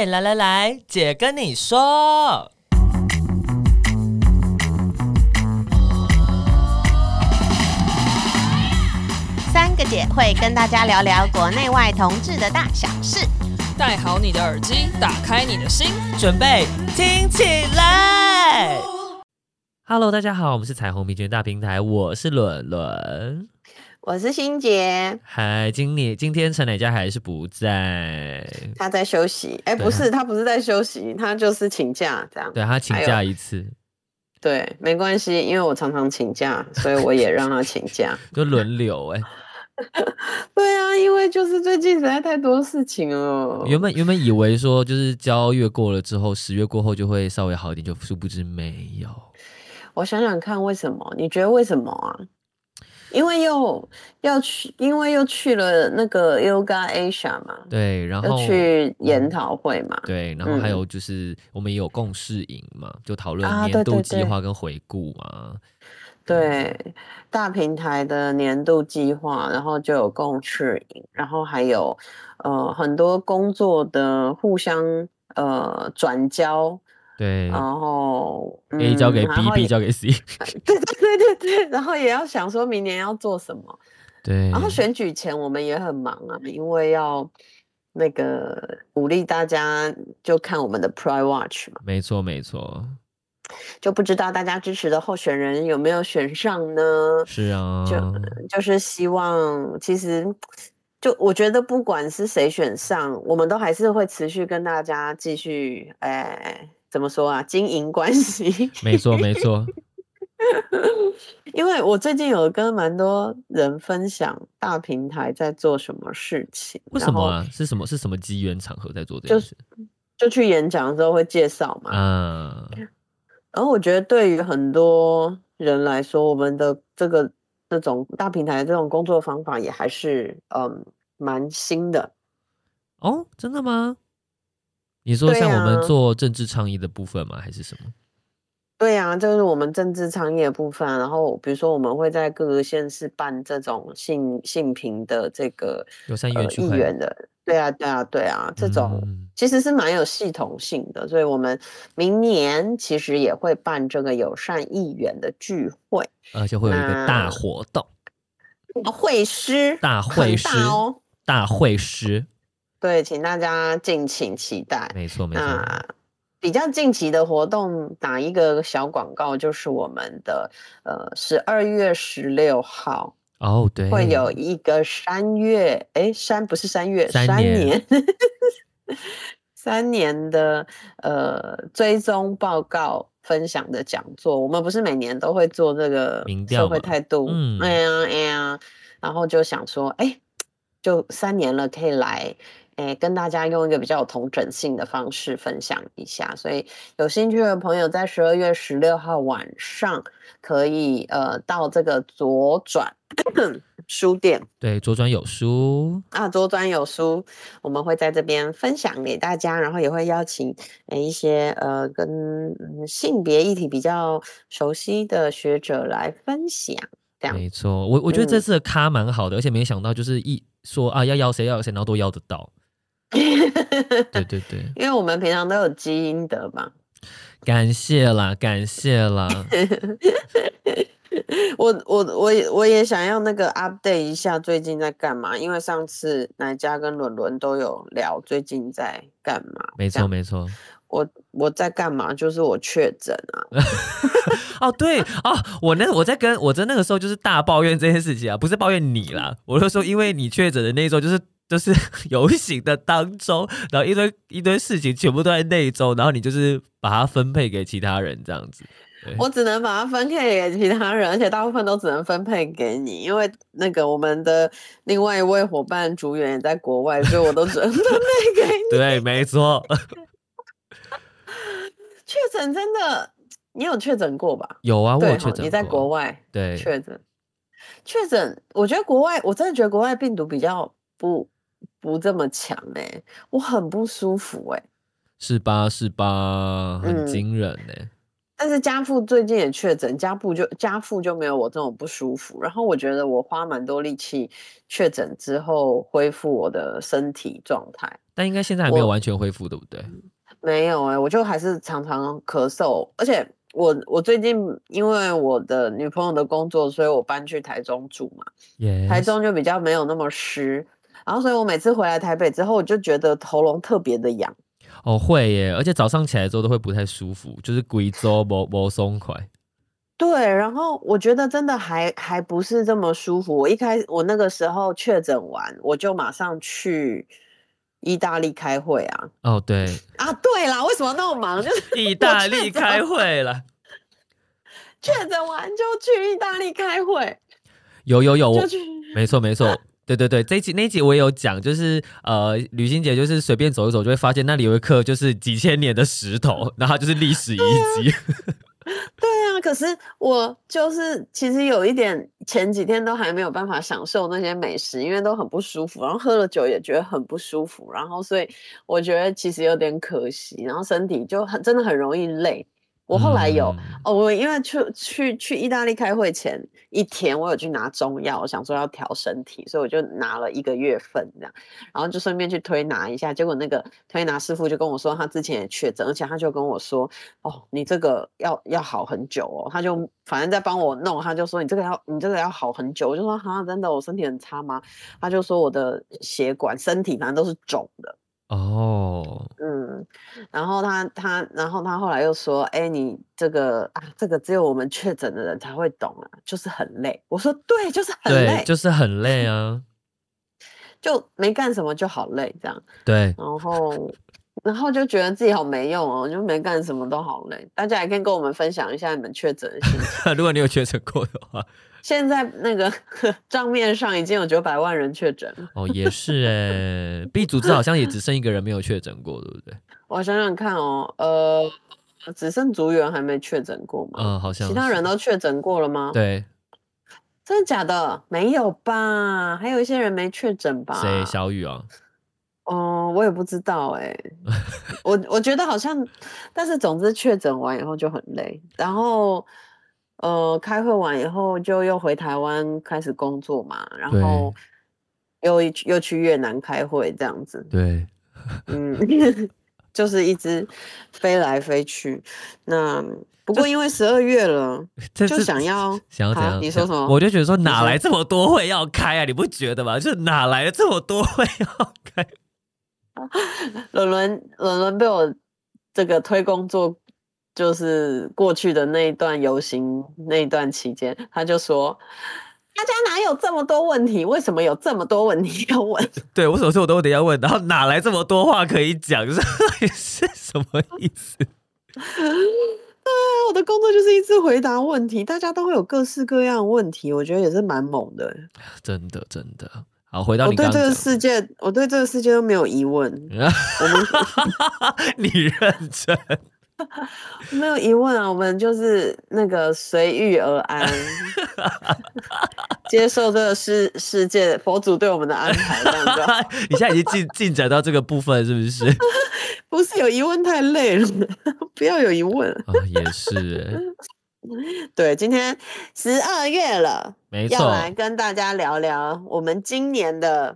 来，姐跟你说。 三个姐会跟大家聊聊国内外同志的大小事。 戴好你的耳机，打开你的心， 准备听起来。Hello， 大家好，我们是彩虹迷圈大平台，我是伦伦， 我是欣杰。 嗨，今天陈乃佳还是不在， 他在休息。不是，他不是在休息，他就是请假这样。 对，他请假一次。 对，没关系，因为我常常请假，所以我也让他请假， 就轮流对啊，因为就是最近实在太多事情了。 原本以为说就是交月过了之后10月过后就会稍微好一点，就殊不知没有。 我想想看，为什么？你觉得为什么啊？因为又去了那个 Yoga Asia 嘛， 对，然后又去研讨会嘛， 对，然后还有就是我们也有共识营嘛，就讨论啊年度计划跟回顾嘛。 对，大平台的年度计划，然后就有共识营，然后还有很多工作的互相转交。 对， 然后 A 交给 B，B 交给 C。 对，然后也要想说明年要做什么。 对， 然后选举前我们也很忙啊，因为要那个鼓励大家就看我们的 Pride Watch 嘛。 没错， 就不知道大家支持的候选人有没有选上呢？ 是啊， 就是希望，其实就我觉得不管是谁选上，我们都还是会持续跟大家继续，怎么说啊，经营关系。 没错。 因为我最近有跟蛮多人分享大平台在做什么事情。 为什么啊？是什么机缘场合在做这件事？ 就去演讲的时候会介绍嘛。然后我觉得对于很多人来说，我们的这种大平台的这种工作方法也还是蛮新的。 哦，真的吗？你说像我们做政治倡议的部分吗？还是什么？ 对啊，就是我们政治倡议的部分。然后比如说我们会在各个县市办这种性平的这个友善议员区议员的。对啊，这种其实是蛮有系统性的，所以我们明年其实也会办这个友善议员的聚会， 而且会有一个大活动， 会师， 大会师， 对，请大家敬请期待。 没错。 比较近期的活动，打一个小广告，就是我们的12月16号。 哦，对， 会有一个3年的追踪报告分享的讲座。我们不是每年都会做这个社会态度，然后就想说，就3年了，可以来跟大家用一个比较有同整性的方式分享一下。所以有兴趣的朋友在12月16号晚上可以到这个左转书店。 对，左转有书啊，左转有书，我们会在这边分享给大家，然后也会邀请一些跟性别议题比较熟悉的学者来分享。这样没错，我觉得这次的咖蛮好的，而且没想到就是一说啊要邀谁，然后都邀得到。对， 因为我们平常都有基因的嘛。 感谢啦。 我也想要那个 update 一下最近在干嘛，因为上次乃佳跟伦伦都有聊最近在干嘛。 没错。 我在干嘛？就是我确诊啊。 哦，对哦，我在那个时候就是大抱怨这件事情啊，不是抱怨你啦，我就说因为你确诊的那一周就是游行的当中，然后一堆事情全部都在那一周，然后你就是把它分配给其他人这样子。 我只能把它分配给其他人，而且大部分都只能分配给你，因为那个我们的另外一位伙伴主演也在国外，所以我都只能分配给你。 对，没错。 确诊真的，你有确诊过吧？ 有啊，我有确诊过。 你在国外对确诊，我觉得我真的觉得国外病毒比较不这么强我很不舒服是吧？很惊人但是家父最近也确诊，家父就没有我这种不舒服。然后我觉得我花蛮多力气确诊之后恢复我的身体状态， 但应该现在还没有完全恢复，对不对？ 没有我就还是常常咳嗽，而且我最近因为我的女朋友的工作，所以我搬去台中住嘛， Yes. 台中就比较没有那么湿，然后所以我每次回来台北之后，我就觉得喉咙特别的痒。 哦，会耶，而且早上起来之后都会不太舒服，就是规周没松快。 对，然后我觉得真的还不是这么舒服。我那个时候确诊完，我就马上去意大利开会啊。 哦，对啊，对啦，为什么那么忙？就是意大利开会啦。 确诊完就去意大利开会。 有，没错。对，那一集我也有讲，就是旅行节就是随便走一走，就会发现那里有一颗就是几千年的石头，然后它就是历史遗迹。 对啊，可是我就是其实有一点，前几天都还没有办法享受那些美食，因为都很不舒服，然后喝了酒也觉得很不舒服，然后所以我觉得其实有点可惜，然后身体就真的很容易累。我后来我因为去意大利开会前一天，我有去拿中药，我想说要调身体，所以我就拿了1个月份这样，然后就顺便去推拿一下。结果那个推拿师傅就跟我说，他之前也确诊，而且他就跟我说，你这个要好很久哦。他就反正在帮我弄，他就说你这个要好很久。我就说哈，真的我身体很差吗？他就说我的血管身体反正都是肿的。 哦， 然后他后来又说，你这个只有我们确诊的人才会懂啊，就是很累。我说对，就是很累， 对，就是很累啊， 就没干什么就好累这样。 对， 然后就觉得自己好没用哦，就没干什么都好累。大家也可以跟我们分享一下你们确诊的心情。 如果你有确诊过的话。 现在那个账面上已经有900万人确诊了。 哦，也是耶，B 组织好像也只剩1个人没有确诊过，对不对？ 我想想看哦，只剩竹园还没确诊过吗？ 好像是。 其他人都确诊过了吗？ 对。 真的假的？没有吧？还有一些人没确诊吧？ 谁？小雨啊？ 我也不知道哎。我觉得好像，但是总之确诊完以后就很累，然后开会完以后就又回台湾开始工作嘛，然后又去越南开会这样子。 对， 就是一直飞来飞去。那不过因为12月了，就想要怎样？ 你说什么？ 我就觉得说哪来这么多会要开啊？你不觉得吗？就哪来了这么多会要开？ 伦伦被我这个推工作，就是过去的那一段游行那一段期间，他就说大家哪有这么多问题？为什么有这么多问题要问？ 对，我什么事我都得要问，然后哪来这么多话可以讲？是什么意思？ 我的工作就是一直回答问题，大家都会有各式各样的问题，我觉得也是蛮猛的。 真的。好，回到你刚刚讲， 我对这个世界都没有疑问。 你认真？ 没有疑问啊，我们就是那个随遇而安，接受这个世界佛祖对我们的安排，这样子。 你现在已经进展到这个部分，是不是？ 不是有疑问太累了，不要有疑问。 也是。 对，今天12月了， 没错， 要来跟大家聊聊我们今年的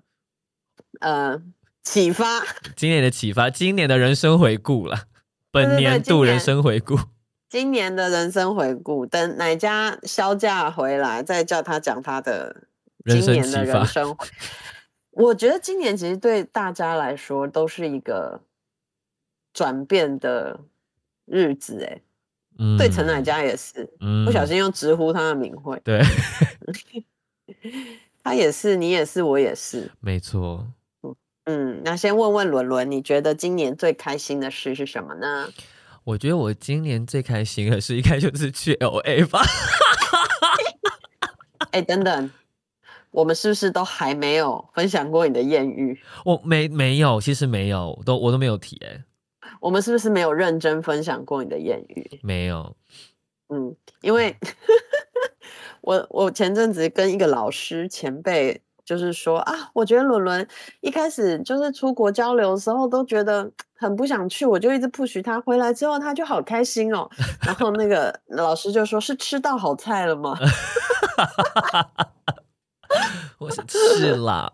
启发。 今年的启发，今年的人生回顾啦，本年度人生回顾。 今年的人生回顾，等哪家销假回来，再叫他讲他的今年的人生回。我觉得今年其实对大家来说都是一个转变的日子，哎。对陈乃佳也是，不小心又直呼他的名讳。 对， 他也是，你也是，我也是， 没错。 那先问问伦伦，你觉得今年最开心的事是什么呢？ 我觉得我今年最开心的事应该就是去 LA 吧。 等等，我们是不是都还没有分享过你的艳遇？ 我没有，其实没有，我都没有提我们是不是没有认真分享过你的艳遇？ 没有。 因为我前阵子跟一个老师前辈就是说啊，我觉得伦伦一开始就是出国交流的时候都觉得很不想去，我就一直 push 他，回来之后他就好开心哦。然后那个老师就说：“是吃到好菜了吗？” 我是吃啦。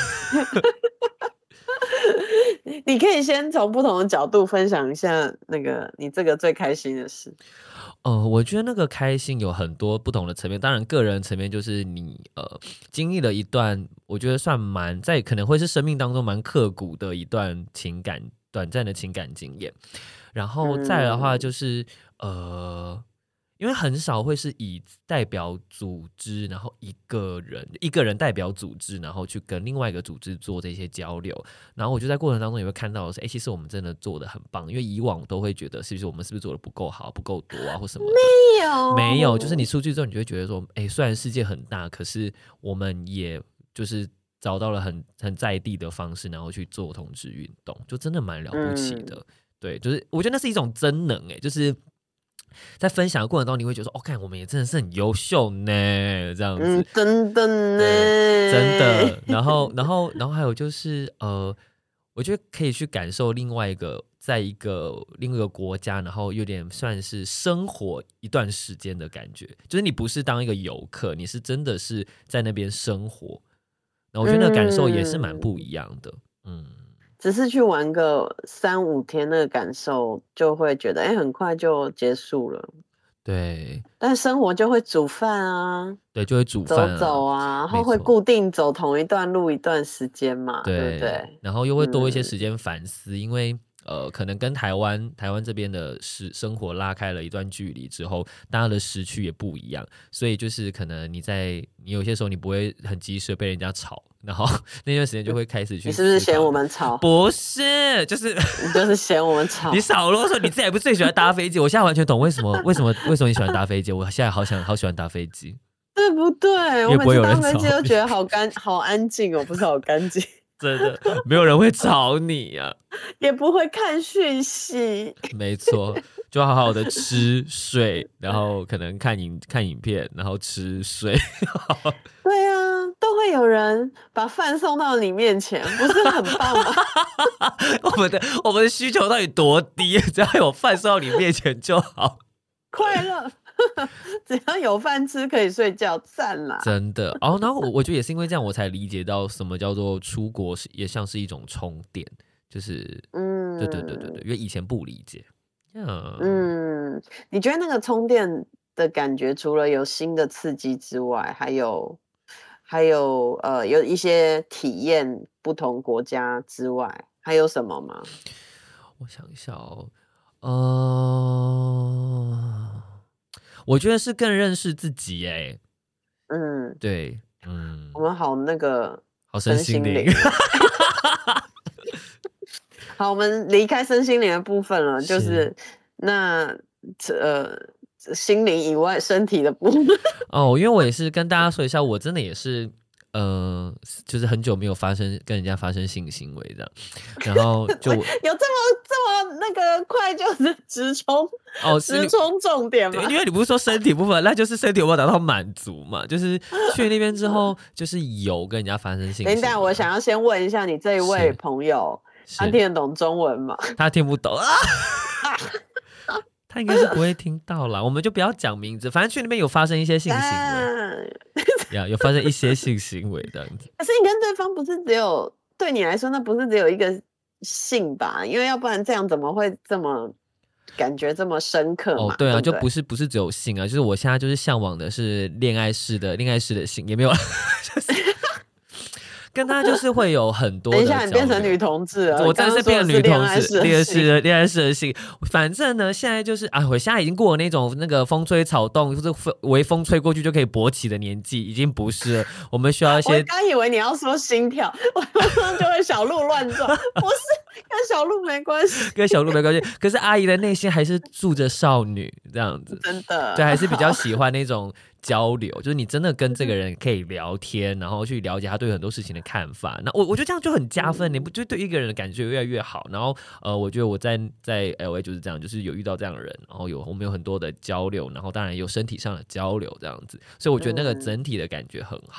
你可以先从不同的角度分享一下那个你这个最开心的事。 我觉得那个开心有很多不同的层面，当然个人层面就是你经历了一段我觉得算在可能会是生命当中蛮刻骨的一段短暂的情感经验，然后再来的话就是因为很少会是以代表组织，然后一个人代表组织，然后去跟另外一个组织做这些交流，然后我就在过程当中也会看到的是，其实我们真的做得很棒，因为以往都会觉得是不是我们是不是做得不够好、不够多啊，或什么的。没有，就是你出去之后，你就会觉得说，虽然世界很大，可是我们也就是找到了很在地的方式，然后去做同志运动，就真的蛮了不起的。对，就是我觉得那是一种真能，就是在分享的过程中，你会觉得说，看我们也真的是很优秀呢，这样子， 真的呢， 真的。然后还有就是，我觉得可以去感受另外一个，在另一个国家，然后有点算是生活一段时间的感觉，就是你不是当一个游客，你是真的是在那边生活。那我觉得那个感受也是蛮不一样的， 只是去玩个3-5天，那个感受就会觉得，很快就结束了。 对， 但生活就会煮饭啊， 对，就会煮饭走啊，然后会固定走同一段路一段时间嘛，对不对？ 然后又会多一些时间反思，因为可能跟台湾这边的生活拉开了一段距离之后，大家的时区也不一样，所以就是可能你有些时候你不会很及时被人家吵，然后那段时间就会开始去。 你是不是嫌我们吵？ 不是，就是你就是嫌我们吵。 你少啰嗦，你自己也不是最喜欢搭飞机，我现在完全懂为什么你喜欢搭飞机，我现在好喜欢搭飞机， 对不对？我每次搭飞机都觉得好安静哦，不是好干净。 真的没有人会吵你啊， 也不会看讯息。 没错，就好好的吃睡，然后可能看影片，然后吃睡。 对啊，都会有人把饭送到你面前，不是很棒吗？ 我们的需求到底多低？只要有饭送到你面前就好， 快乐。只要有饭吃可以睡觉，赞啦！ 真的然后我觉得也是因为这样，我才理解到什么叫做出国也像是一种充电，就是对，因为以前不理解。 你觉得那个充电的感觉，除了有新的刺激之外，还有有一些体验不同国家之外，还有什么吗？ 我想一下我觉得是更认识自己对， 我们好好身心灵。 好，我们离开身心灵的部分了，就是那心灵以外身体的部分。 因为我也是跟大家说一下，我真的也是就是很久没有跟人家发生性行为这样，然后就有这么那个快就是直冲重点嘛？ 因为你不是说身体部分，那就是身体有没有达到满足嘛？就是去那边之后，就是有跟人家发生性行为。 等等，我想要先问一下你这一位朋友，他听得懂中文吗？ 他听不懂啊。他应该是不会听到啦，我们就不要讲名字，反正去那边有发生一些性行为，有发生一些性行为这样子。 可是你跟对方不是对你来说，那不是只有一个性吧？因为要不然这样怎么会这么感觉这么深刻嘛？ 对啊， 对就不是只有性啊，就是我现在就是向往的是恋爱式的性，也没有跟他就是会有很多的。 等一下，你变成女同志了。 我真的是变成女同志，恋爱式的性。反正呢，现在就是我现在已经过了那个风吹草动，就是微风吹过去就可以勃起的年纪，已经不是了。我们需要一些。 我刚以为你要说心跳，我就会小鹿乱撞，不是跟小鹿没关系， 跟小鹿没关系。可是阿姨的内心还是住着少女这样子， 真的， 对，还是比较喜欢那种。交流就是你真的跟这个人可以聊天，然后去了解他对很多事情的看法。那我觉得这样就很加分，你不就对一个人的感觉越来越好。然后我觉得我在 LA 就是这样，就是有遇到这样的人，然后我们有很多的交流，然后当然有身体上的交流这样子，所以我觉得那个整体的感觉很好。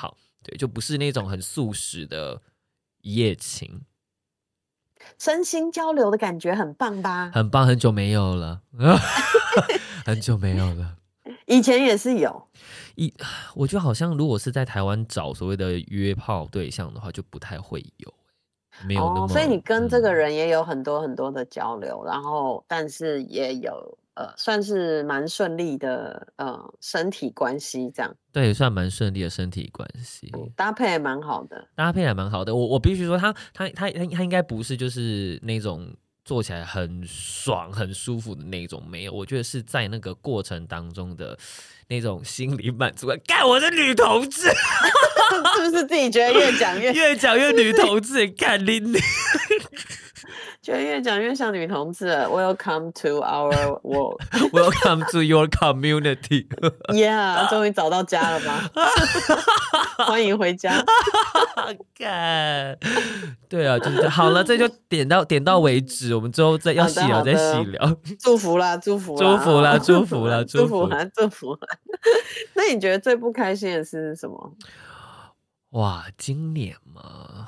对，就不是那种很速食的一夜情。 身心交流的感觉很棒吧？ 很棒，很久没有了，很久没有了。 以前也是有， 我觉得好像如果是在台湾找所谓的约炮对象的话，就不太会有，没有那么。 所以你跟这个人也有很多很多的交流，然后但是也有算是蛮顺利的身体关系这样。 对，算蛮顺利的身体关系， 搭配也蛮好的， 搭配还蛮好的。我必须说他应该不是就是那种做起来很爽很舒服的那种，没有，我觉得是在那个过程当中的那种心理满足感。干，我是女同志， 是不是自己觉得越讲越女同志？干你！ 觉得越讲越像女同志了。Welcome to our world. Welcome to your community. Yeah， 终于找到家了吗？欢迎回家。 干，对啊，就是好了，这就点到为止。我们之后再要细聊再细聊。 祝福啦，祝福啦， 祝福啦，祝福啦， 祝福啦，祝福啦。那你觉得最不开心的是什么？ 哇，今年嘛，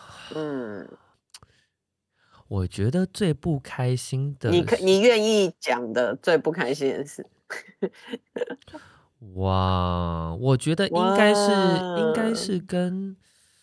我觉得最不开心的， 你愿意讲的最不开心的事。 哇，我觉得应该是跟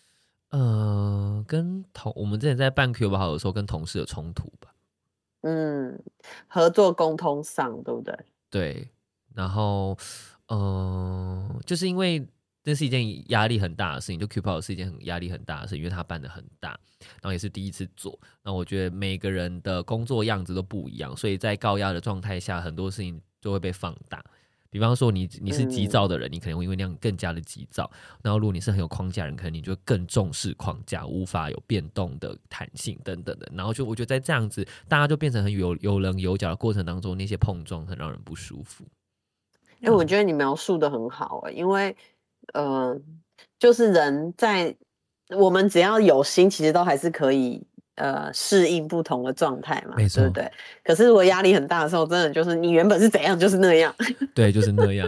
我们之前在办 Q 吧好的时候跟同事的冲突吧。 合作沟通上，对不对？ 对，然后就是因为那是一件压力很大的事情，就 Q 跑是一件压力很大的事情，因为它办得很大，然后也是第一次做，那我觉得每个人的工作样子都不一样，所以在高压的状态下，很多事情就会被放大。比方说你是急躁的人，你可能会因为那样更加的急躁，然后如果你是很有框架的人，可能你就会更重视框架，无法有变动的弹性等等的，然后就我觉得在这样子大家就变成很有棱有角的过程当中，那些碰撞很让人不舒服。 我觉得你描述的很好，因为就是人在我们只要有心，其实都还是可以适应不同的状态嘛，对不对？可是如果压力很大的时候，真的就是你原本是怎样就是那样， 对，就是那样。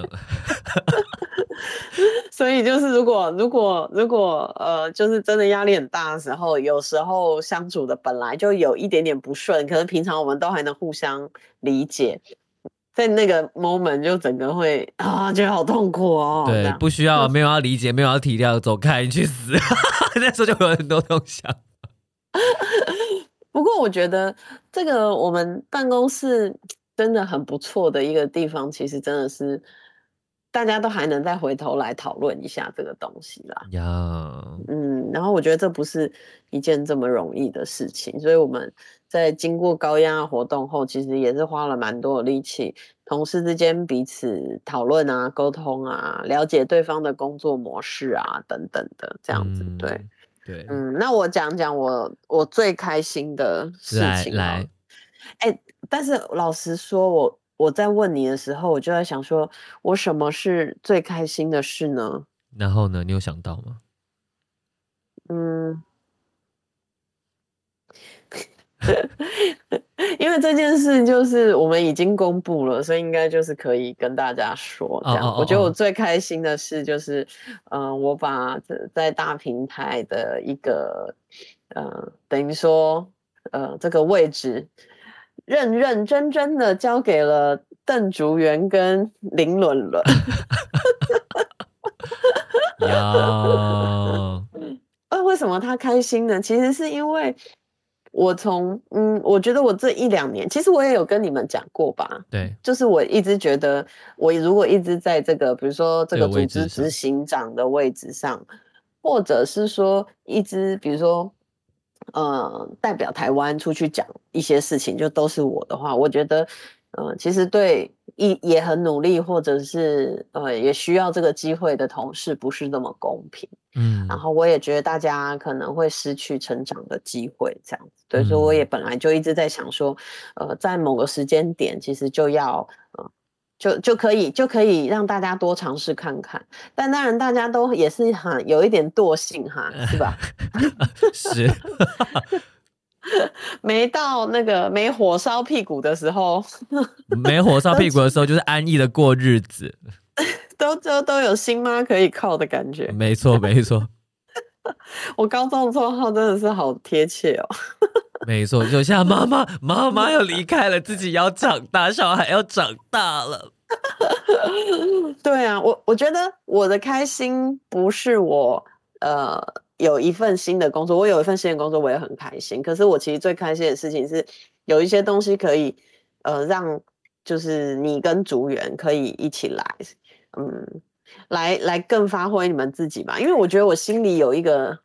所以就是如果就是真的压力很大的时候，有时候相处的本来就有一点点不顺，可能平常我们都还能互相理解。在那个 moment 就整个会觉得好痛苦哦。 对，不需要，没有要理解，没有要体谅，走开，你去死。那时候就有很多东西。 不过我觉得这个我们办公室真的很不错的一个地方，其实真的是大家都还能再回头来讨论一下这个东西啦。然后我觉得这不是一件这么容易的事情，所以我们在经过高压活动后，其实也是花了蛮多的力气，同事之间彼此讨论啊、沟通啊、了解对方的工作模式啊等等的这样子。对，那我讲讲我最开心的事情。来，但是老实说，我在问你的时候，我就在想说，我什么是最开心的事呢？ 然后呢，你有想到吗？ 因为这件事就是我们已经公布了，所以应该就是可以跟大家说这样。我觉得我最开心的事就是，我把在大平台的一个等于说这个位置认认真真的交给了邓竹园跟林伦伦。为什么他开心呢？其实是因为我我觉得我这1-2年，其实我也有跟你们讲过吧。 对， 就是我一直觉得，我如果一直在这个，比如说这个组织执行长的位置上，或者是说一直比如说代表台湾出去讲一些事情，就都是我的话，我觉得其实对也很努力，或者是也需要这个机会的同事不是那么公平。然后我也觉得大家可能会失去成长的机会，这样子。对，所以我也本来就一直在想说，在某个时间点，其实就要就可以让大家多尝试看看。但当然，大家都也是有一点惰性是吧？ 是。 没到那个没火烧屁股的时候， 没火烧屁股的时候就是安逸的过日子。 都有新妈可以靠的感觉。 没错没错。 我高中的绰号真的是好贴切哦。 没错，就像妈妈要离开了，自己要长大，小孩要长大了。 对啊，我觉得我的开心不是我有一份新的工作，我有一份新的工作我也很开心。可是我其实最开心的事情是有一些东西可以让就是你跟组员可以一起来，来更发挥你们自己吧。因为我觉得我心里有一个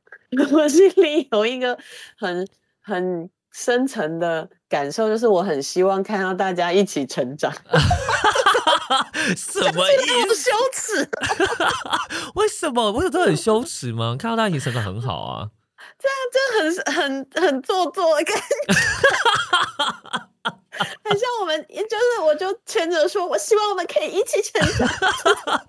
很深层的感受，就是我很希望看到大家一起成长。 什么意思？ 羞耻？ 为什么？我有都很羞耻吗？看到大家一起成长很好啊。 这样很做作的感觉。很像我们，就是我就牵着说，我希望我们可以一起成长。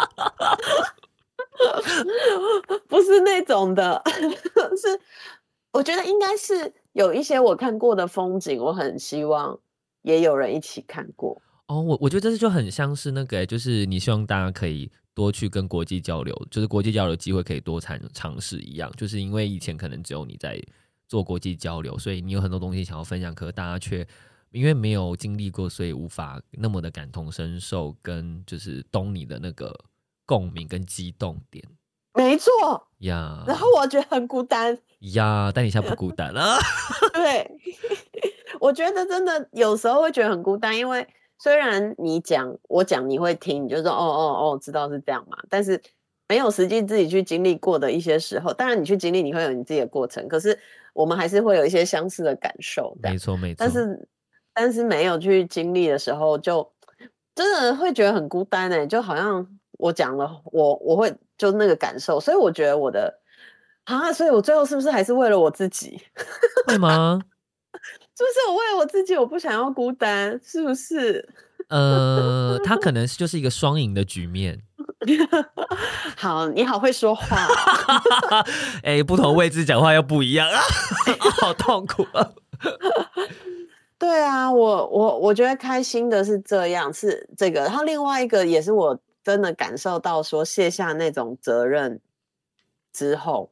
不是那种的，是我觉得应该是有一些我看过的风景，我很希望也有人一起看过。 哦，我觉得这就很像是那个，就是你希望大家可以多去跟国际交流，就是国际交流机会可以多尝试一样。就是因为以前可能只有你在做国际交流，所以你有很多东西想要分享，可是大家却因为没有经历过，所以无法那么的感同身受，跟就是懂你的那个共鸣跟激动点。 没错呀， 然后我觉得很孤单呀，但你现在不孤单了。 对，我觉得真的有时候会觉得很孤单，因为虽然我讲你会听，你就说哦，知道是这样嘛，但是没有实际自己去经历过的一些时候，当然你去经历你会有你自己的过程，可是我们还是会有一些相似的感受。 没错， 但是没有去经历的时候，就真的会觉得很孤单欸，就好像我讲了，我会就那个感受，所以我觉得所以我最后是不是还是为了我自己？ 会吗？ 就是我为了我自己，我不想要孤单，是不是？ 它可能就是一个双赢的局面。 好，你好会说话。 不同位置讲话又不一样啊，好痛苦啊。 对啊，我觉得开心的是这样，是这个。然后另外一个也是我真的感受到说卸下那种责任之后，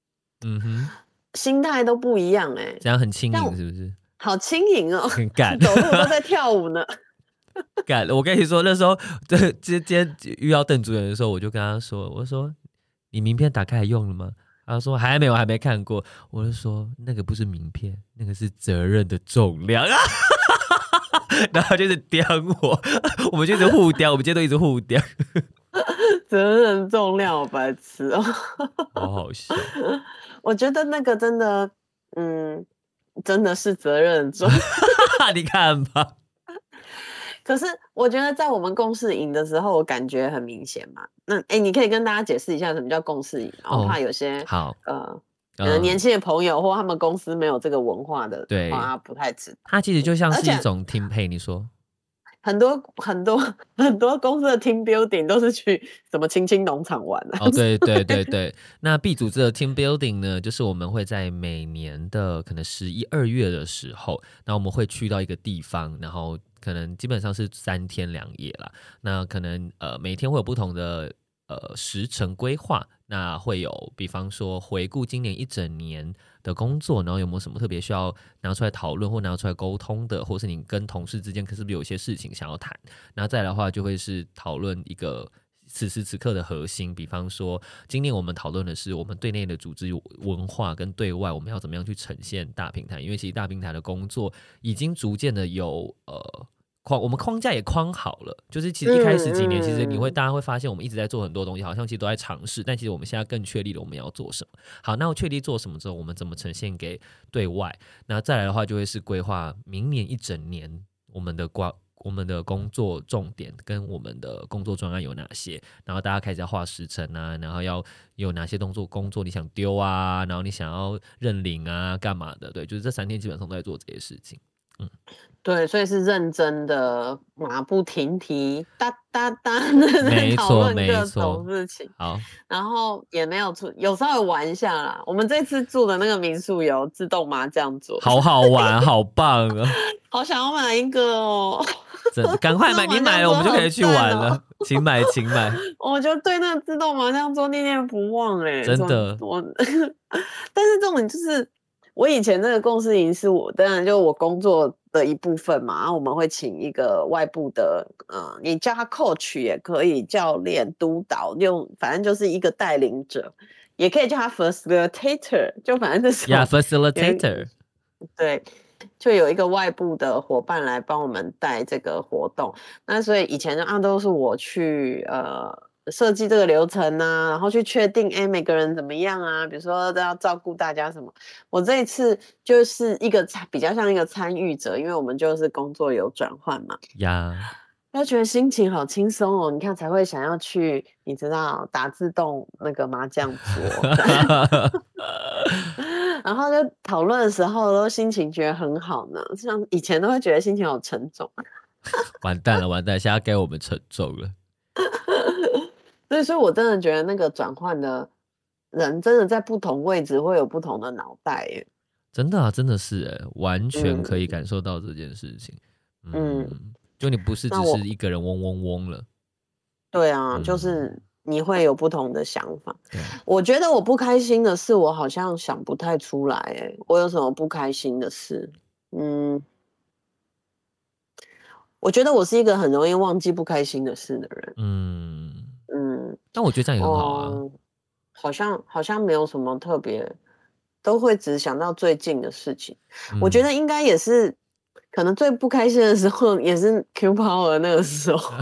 心态都不一样欸。 这样很轻盈是不是？ 好轻盈哦， 很干， 走路都在跳舞呢。 干，我跟你说，那时候今天遇到邓主任的时候，我就跟他说，我说你名片打开来用了吗？他说还没有，还没看过。我就说那个不是名片，那个是责任的重量啊。然后就是刁我，我们就一直互刁，我们今天都一直互刁。 责任重量，好白痴哦， 好好笑。 我觉得那个真的，真的是责任重。 你看吧。 可是我觉得在我们共识营的时候，我感觉很明显嘛。那你可以跟大家解释一下什么叫共识营，然后怕有些年轻的朋友或他们公司没有这个文化的话，不太知道。 它其实就像是一种 team play，你说。 很多公司的 team building 都是去什么青青农场玩啊。 对。那 B 组织的 team building 呢，就是我们会在每年的可能11、2月的时候，那我们会去到一个地方，然后可能基本上是3天2夜啦。那可能每天会有不同的时程规划，那会有比方说回顾今年一整年的工作，然后有没有什么特别需要拿出来讨论或拿出来沟通的，或是你跟同事之间是不是有些事情想要谈，然后再来的话就会是讨论一个此时此刻的核心，比方说今年我们讨论的是我们对内的组织文化跟对外我们要怎么样去呈现大平台，因为其实大平台的工作已经逐渐的有我们框架也框好了，就是其实一开始几年，其实大家会发现我们一直在做很多东西，好像其实都在尝试，但其实我们现在更确立了我们要做什么。好，那我确立做什么之后，我们怎么呈现给对外？那再来的话，就会是规划明年一整年我们的工作重点跟我们的工作专案有哪些，然后大家开始要画时程啊，然后要有哪些工作你想丢啊，然后你想要认领啊，干嘛的？对，就是这3天基本上都在做这些事情。 对，所以是认真的，马不停蹄，哒哒哒的在讨论各种事情。 好， 然后也没有有稍微玩一下啦。我们这次住的那个民宿有自动麻将桌， 好好玩，好棒啊！ 好想要买一个哦。 真的，赶快买，你买了我们就可以去玩了。请买，请买。 我就对那个自动麻将桌念念不忘真的。 但是重点就是，我以前那个共识营是我当然就我工作的一部分嘛，然后我们会请一个外部的，你叫他 coach 也可以，教练、督导，反正就是一个带领者，也可以叫他 facilitator， 就反正就是 facilitator。 对。就有一个外部的伙伴来帮我们带这个活动，那所以以前都是我去设计这个流程啊，然后去确定每个人怎么样啊，比如说都要照顾大家什么。我这一次就是一个比较像一个参与者，因为我们就是工作有转换嘛。要觉得心情好轻松哦，你看才会想要去，你知道打自动那个麻将桌，然后就讨论的时候都心情觉得很好呢，像以前都会觉得心情好沉重。 完蛋了，现在该我们沉重了。 所以我真的觉得那个转换的人真的在不同位置会有不同的脑袋耶。 真的啊，真的是完全可以感受到这件事情。就你不是只是一个人嗡嗡嗡了。 对啊，就是你会有不同的想法。我觉得我不开心的事，我好像想不太出来我有什么不开心的事？我觉得我是一个很容易忘记不开心的事的人。 但我觉得这样也很好啊。 好像没有什么特别，都会只想到最近的事情。我觉得应该也是。可能最不开心的时候也是 Q Power 那个时候，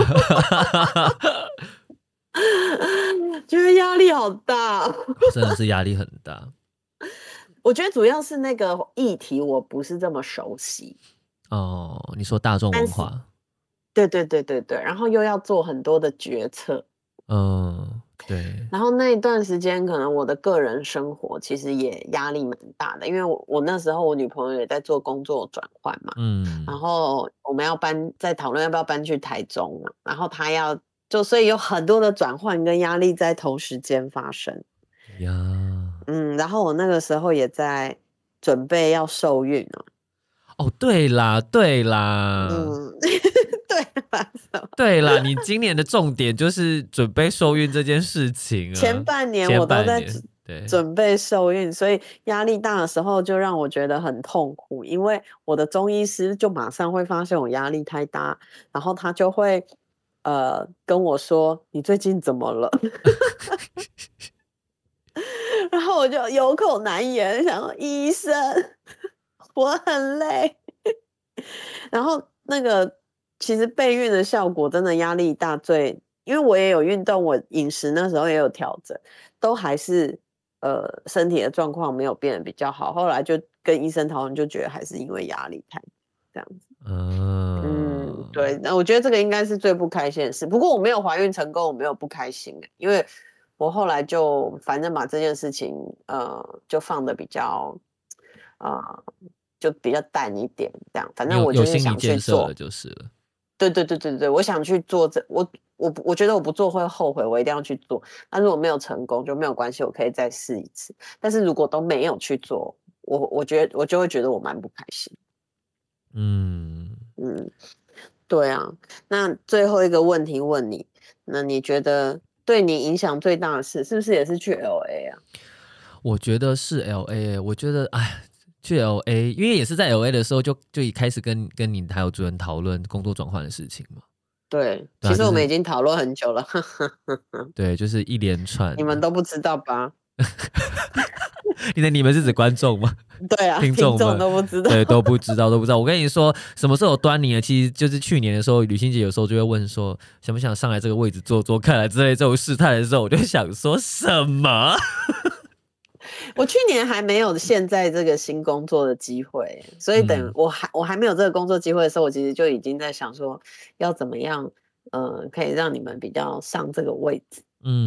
觉得压力好大， 真的是压力很大。 我觉得主要是那个议题我不是这么熟悉。 你说大众文化？ 对，然后又要做很多的决策。 对。 然后那一段时间，可能我的个人生活其实也压力蛮大的，因为我那时候我女朋友也在做工作转换嘛，然后我们要在讨论要不要搬去台中嘛，然后她所以有很多的转换跟压力在同时间发生。然后我那个时候也在准备要受孕了。 对啦。对啦，你今年的重点就是准备受孕这件事情啊。 前半年我都在准备受孕，所以压力大的时候就让我觉得很痛苦，因为我的中医师就马上会发现我压力太大，然后他就会跟我说你最近怎么了？然后我就有口难言，想说医生我很累。然后那个其实备孕的效果真的压力大，因为我也有运动，我饮食那时候也有调整，都还是身体的状况没有变得比较好。后来就跟医生讨论，就觉得还是因为压力太这样子。对，那我觉得这个应该是最不开心的事。不过我没有怀孕成功，我没有不开心，因为我后来就反正把这件事情就放得比较就比较淡一点，这样。反正我就是想去做， 就是了。 对，我想去做我觉得我不做会后悔，我一定要去做。那如果没有成功就没有关系，我可以再试一次。但是如果都没有去做，我觉得我就会觉得我蛮不开心。对啊。那最后一个问题问你，那你觉得对你影响最大的事，是不是也是去 LA 啊？ 我觉得是 LA， 我觉得去 LA， 因为也是在 LA 的时候就一开始跟你还有主任讨论工作转换的事情嘛。 对，其实我们已经讨论很久了。 对，就是一连串。 你们都不知道吧？ 你们是指观众吗？ 对啊，听众都不知道。 对，都不知道。我跟你说，什么时候有端倪呢？其实就是去年的时候，吕欣姐有时候就会问说，想不想上来这个位置坐坐看之类这种试探的时候，我就想说什么？ 我去年还没有现在这个新工作的机会，所以等我还没有这个工作机会的时候，我其实就已经在想说要怎么样可以让你们比较上这个位置。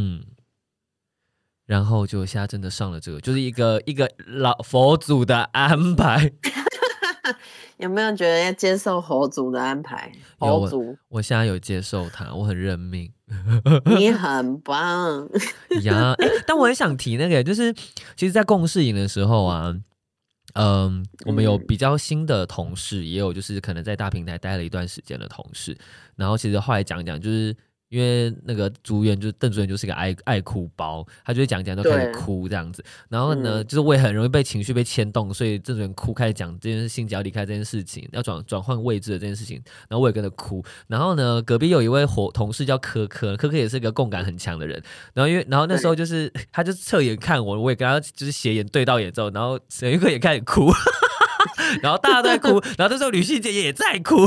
然后就现在真的上了这个，就是一个老佛祖的安排。 有没有觉得要接受佛祖的安排？佛祖， 我现在有接受他，我很认命。 你很棒呀！但我很想提那个，就是其实，在共识营的时候啊， 我们有比较新的同事，也有就是可能在大平台待了一段时间的同事，然后其实后来讲讲，就是因为那个组员就邓主任就是个爱哭包，他就会讲都开始哭这样子，然后呢，就是我也很容易被情绪被牵动，所以邓主任哭开始讲这件事情，只要离开这件事情，要转换位置的这件事情，然后我也跟着哭，然后呢，隔壁有一位同事叫科科也是个共感很强的人，然后那时候就是他就侧眼看我，我也跟他就是斜眼对到眼之后，然后沈玉科也开始哭，然后大家都在哭，然后这时候吕信杰也在哭。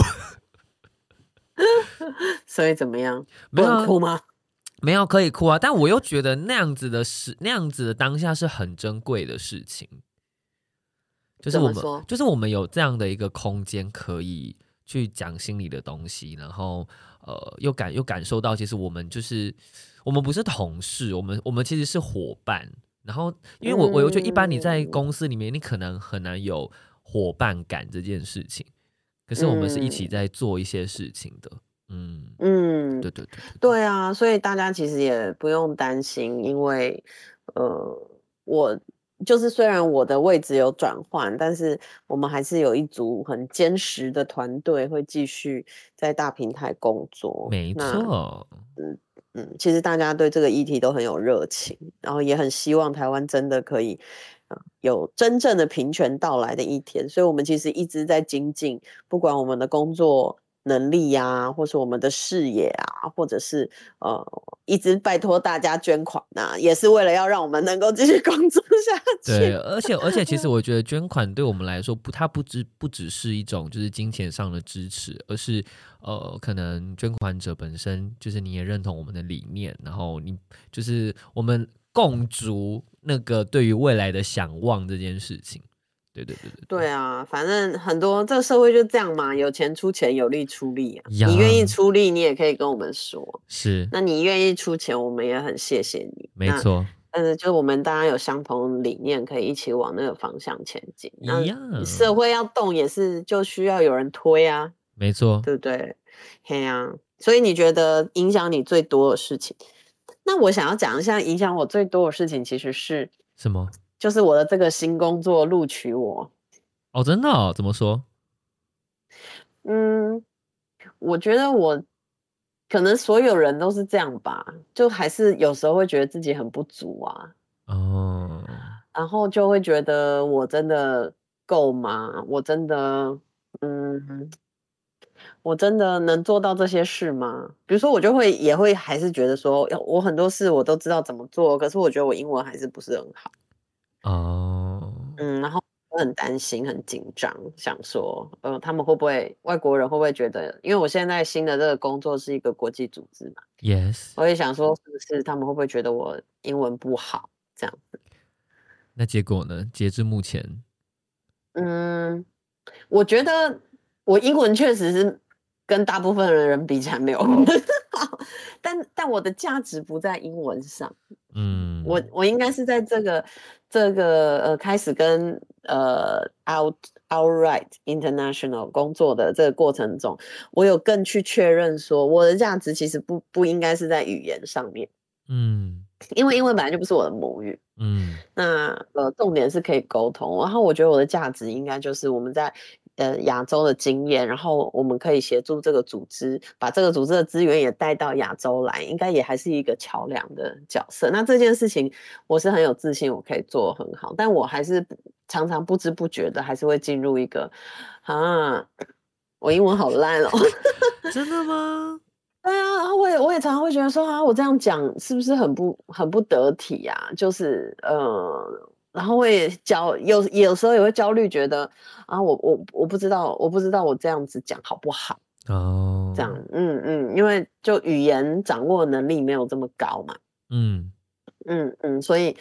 所以怎么样？不能哭吗？ 没有，可以哭啊，但我又觉得那样子的当下是很珍贵的事情，就是我们有这样的一个空间可以去讲心里的东西，然后又感受到，其实我们不是同事，我们其实是伙伴。然后，因为我觉得一般你在公司里面，你可能很难有伙伴感这件事情。可是我们是一起在做一些事情的，对啊，所以大家其实也不用担心，因为我就是虽然我的位置有转换，但是我们还是有一组很坚实的团队会继续在大平台工作。 没错， 其实大家对这个议题都很有热情，然后也很希望台湾真的可以有真正的平权到来的一天，所以我们其实一直在精进，不管我们的工作能力啊，或是我们的视野啊，或者是一直拜托大家捐款啊，也是为了要让我们能够继续工作下去。 对，而且其实我觉得捐款对我们来说它不只是一种就是金钱上的支持，而是可能捐款者本身就是你也认同我们的理念，然后你就是我们共筑那个对于未来的想望这件事情。对啊，反正很多这个社会就这样嘛，有钱出钱，有力出力啊。你愿意出力，你也可以跟我们说。 是， 那你愿意出钱，我们也很谢谢你。 没错。 但是就是我们大家有相同理念，可以一起往那个方向前进。那社会要动也是就需要有人推啊。 没错， 对不对？嘿啊，所以你觉得影响你最多的事情？那我想要讲一下，影响我最多的事情其实是什么？ 就是我的这个新工作录取我。 哦，真的哦？怎么说？ 我觉得我可能所有人都是这样吧，就还是有时候会觉得自己很不足啊。然后就会觉得我真的够吗？我真的能做到这些事吗？比如说我也会还是觉得说，我很多事我都知道怎么做，可是我觉得我英文还是不是很好。然后我很担心很紧张，想说他们外国人会不会觉得，因为我现在新的这个工作是一个国际组织嘛。 Yes， 我也想说是不是他们会不会觉得我英文不好这样子。 那结果呢？截至目前我觉得我英文确实是跟大部分的人比起来没有很好，但我的价值不在英文上。我应该是在这个开始跟Outright International 工作的这个过程中，我有更去确认说我的价值其实不应该是在语言上面。因为英文本来就不是我的母语。那重点是可以沟通，然后我觉得我的价值应该就是我们在亚洲的经验，然后我们可以协助这个组织，把这个组织的资源也带到亚洲来，应该也还是一个桥梁的角色。那这件事情我是很有自信我可以做得很好，但我还是常常不知不觉的还是会进入一个我英文好烂哦。 真的吗？ 对啊，然后我也常常会觉得说我这样讲是不是很不得体啊？就是然后会有时候也会焦虑，觉得我不知道我这样子讲好不好这样。因为就语言掌握能力没有这么高嘛。所以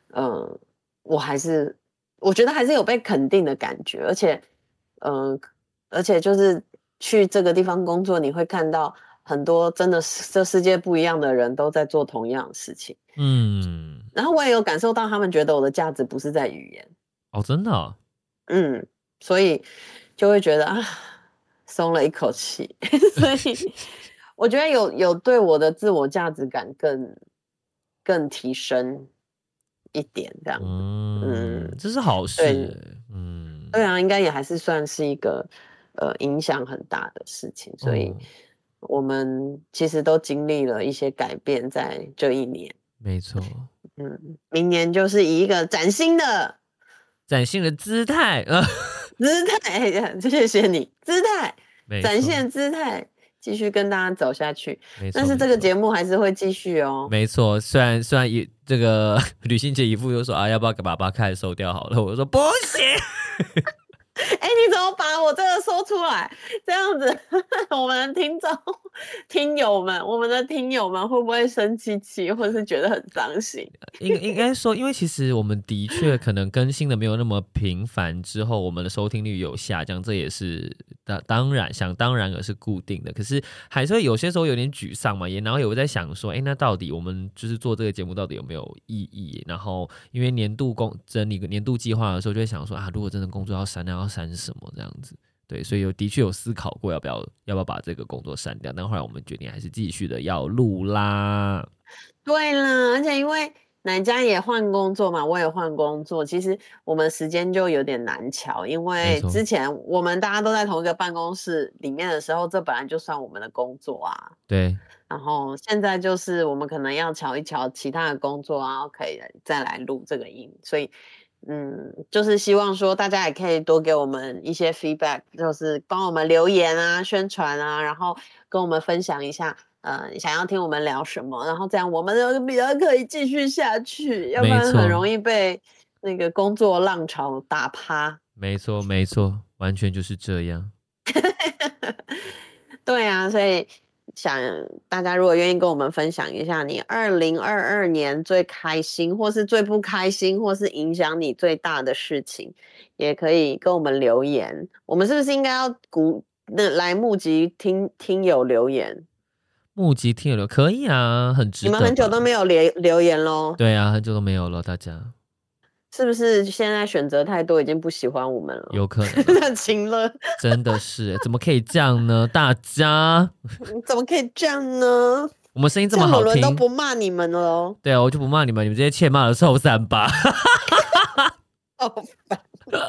我觉得还是有被肯定的感觉，而且就是去这个地方工作，你会看到很多真的这世界不一样的人都在做同样的事情。然后我也有感受到他们觉得我的价值不是在语言。 真的哦？ 所以就会觉得松了一口气。所以我觉得有对我的自我价值感更提升一点这样。 这是好事。 对啊，应该也还是算是一个影响很大的事情，所以我们其实都经历了一些改变在这一年。 没错。 明年就是以一个崭新的姿态， 姿态，谢谢你，姿态，展现姿态，继续跟大家走下去。但是这个节目还是会继续哦。 没错，虽然这个吕欣洁姨父就说啊，要不要把它开始收掉好了？我说不行。 你怎么把我这个说出来？这样子，我们的听友们会不会生气，或是觉得很伤心？ 应该说，因为其实我们的确可能更新的没有那么频繁，之后我们的收听率有下降，这也是当然而是固定的。可是还是会有些时候有点沮丧嘛，然后有在想说，那到底我们就是做这个节目到底有没有意义？然后因为整理年度计划的时候，就会想说啊，如果真的工作要删，那要删什么这样子？对，所以的确有思考过要不要把这个工作删掉，但后来我们决定还是继续的要录啦。 对啦，而且因为乃家也换工作嘛，我也换工作，其实我们时间就有点难瞧，因为之前我们大家都在同一个办公室里面的时候，这本来就算我们的工作啊。 对。 然后现在就是我们可能要瞧一瞧其他的工作啊，可以再来录这个音，所以就是希望说大家也可以多给我们一些 feedback， 就是帮我们留言啊、宣传啊，然后跟我们分享一下想要听我们聊什么，然后这样我们就比较可以继续下去，要不然很容易被那个工作浪潮打趴。 没错，完全就是这样。 对啊，所以想大家如果愿意跟我们分享一下你2022年最开心或是最不开心或是影响你最大的事情，也可以跟我们留言。我们是不是应该要来募集听友留言？ 募集听友可以啊，很值得。 你们很久都没有留言咯？ 对啊，很久都没有了，大家是不是现在选择太多，已经不喜欢我们了？ 有可能。 很情了， 真的是，怎么可以这样呢？大家怎么可以这样呢？ 我们声音这么好听， 伦都不骂你们了。 对啊，我就不骂你们，你们这些欠骂的臭三八。 好烦。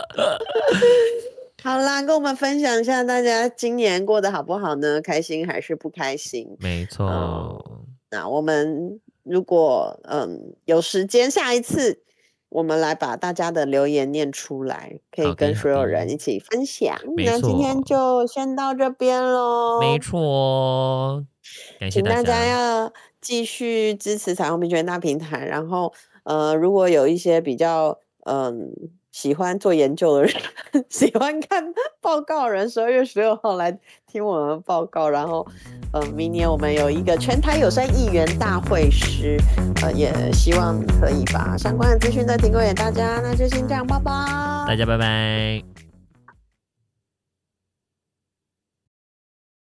好啦，跟我们分享一下大家今年过得好不好呢？开心还是不开心？ 没错。 那我们如果有时间，下一次我们来把大家的留言念出来，可以跟所有人一起分享。那今天就先到这边咯。 没错，感谢大家。请大家要继续支持彩虹平权大平台，然后如果有一些比较喜欢做研究的人，喜欢看报告的人，12月16号来听我们报告。然后明年我们有一个全台友善议员大会师，也希望可以把相关的资讯再提供给大家。那就先这样，拜拜， 大家拜拜。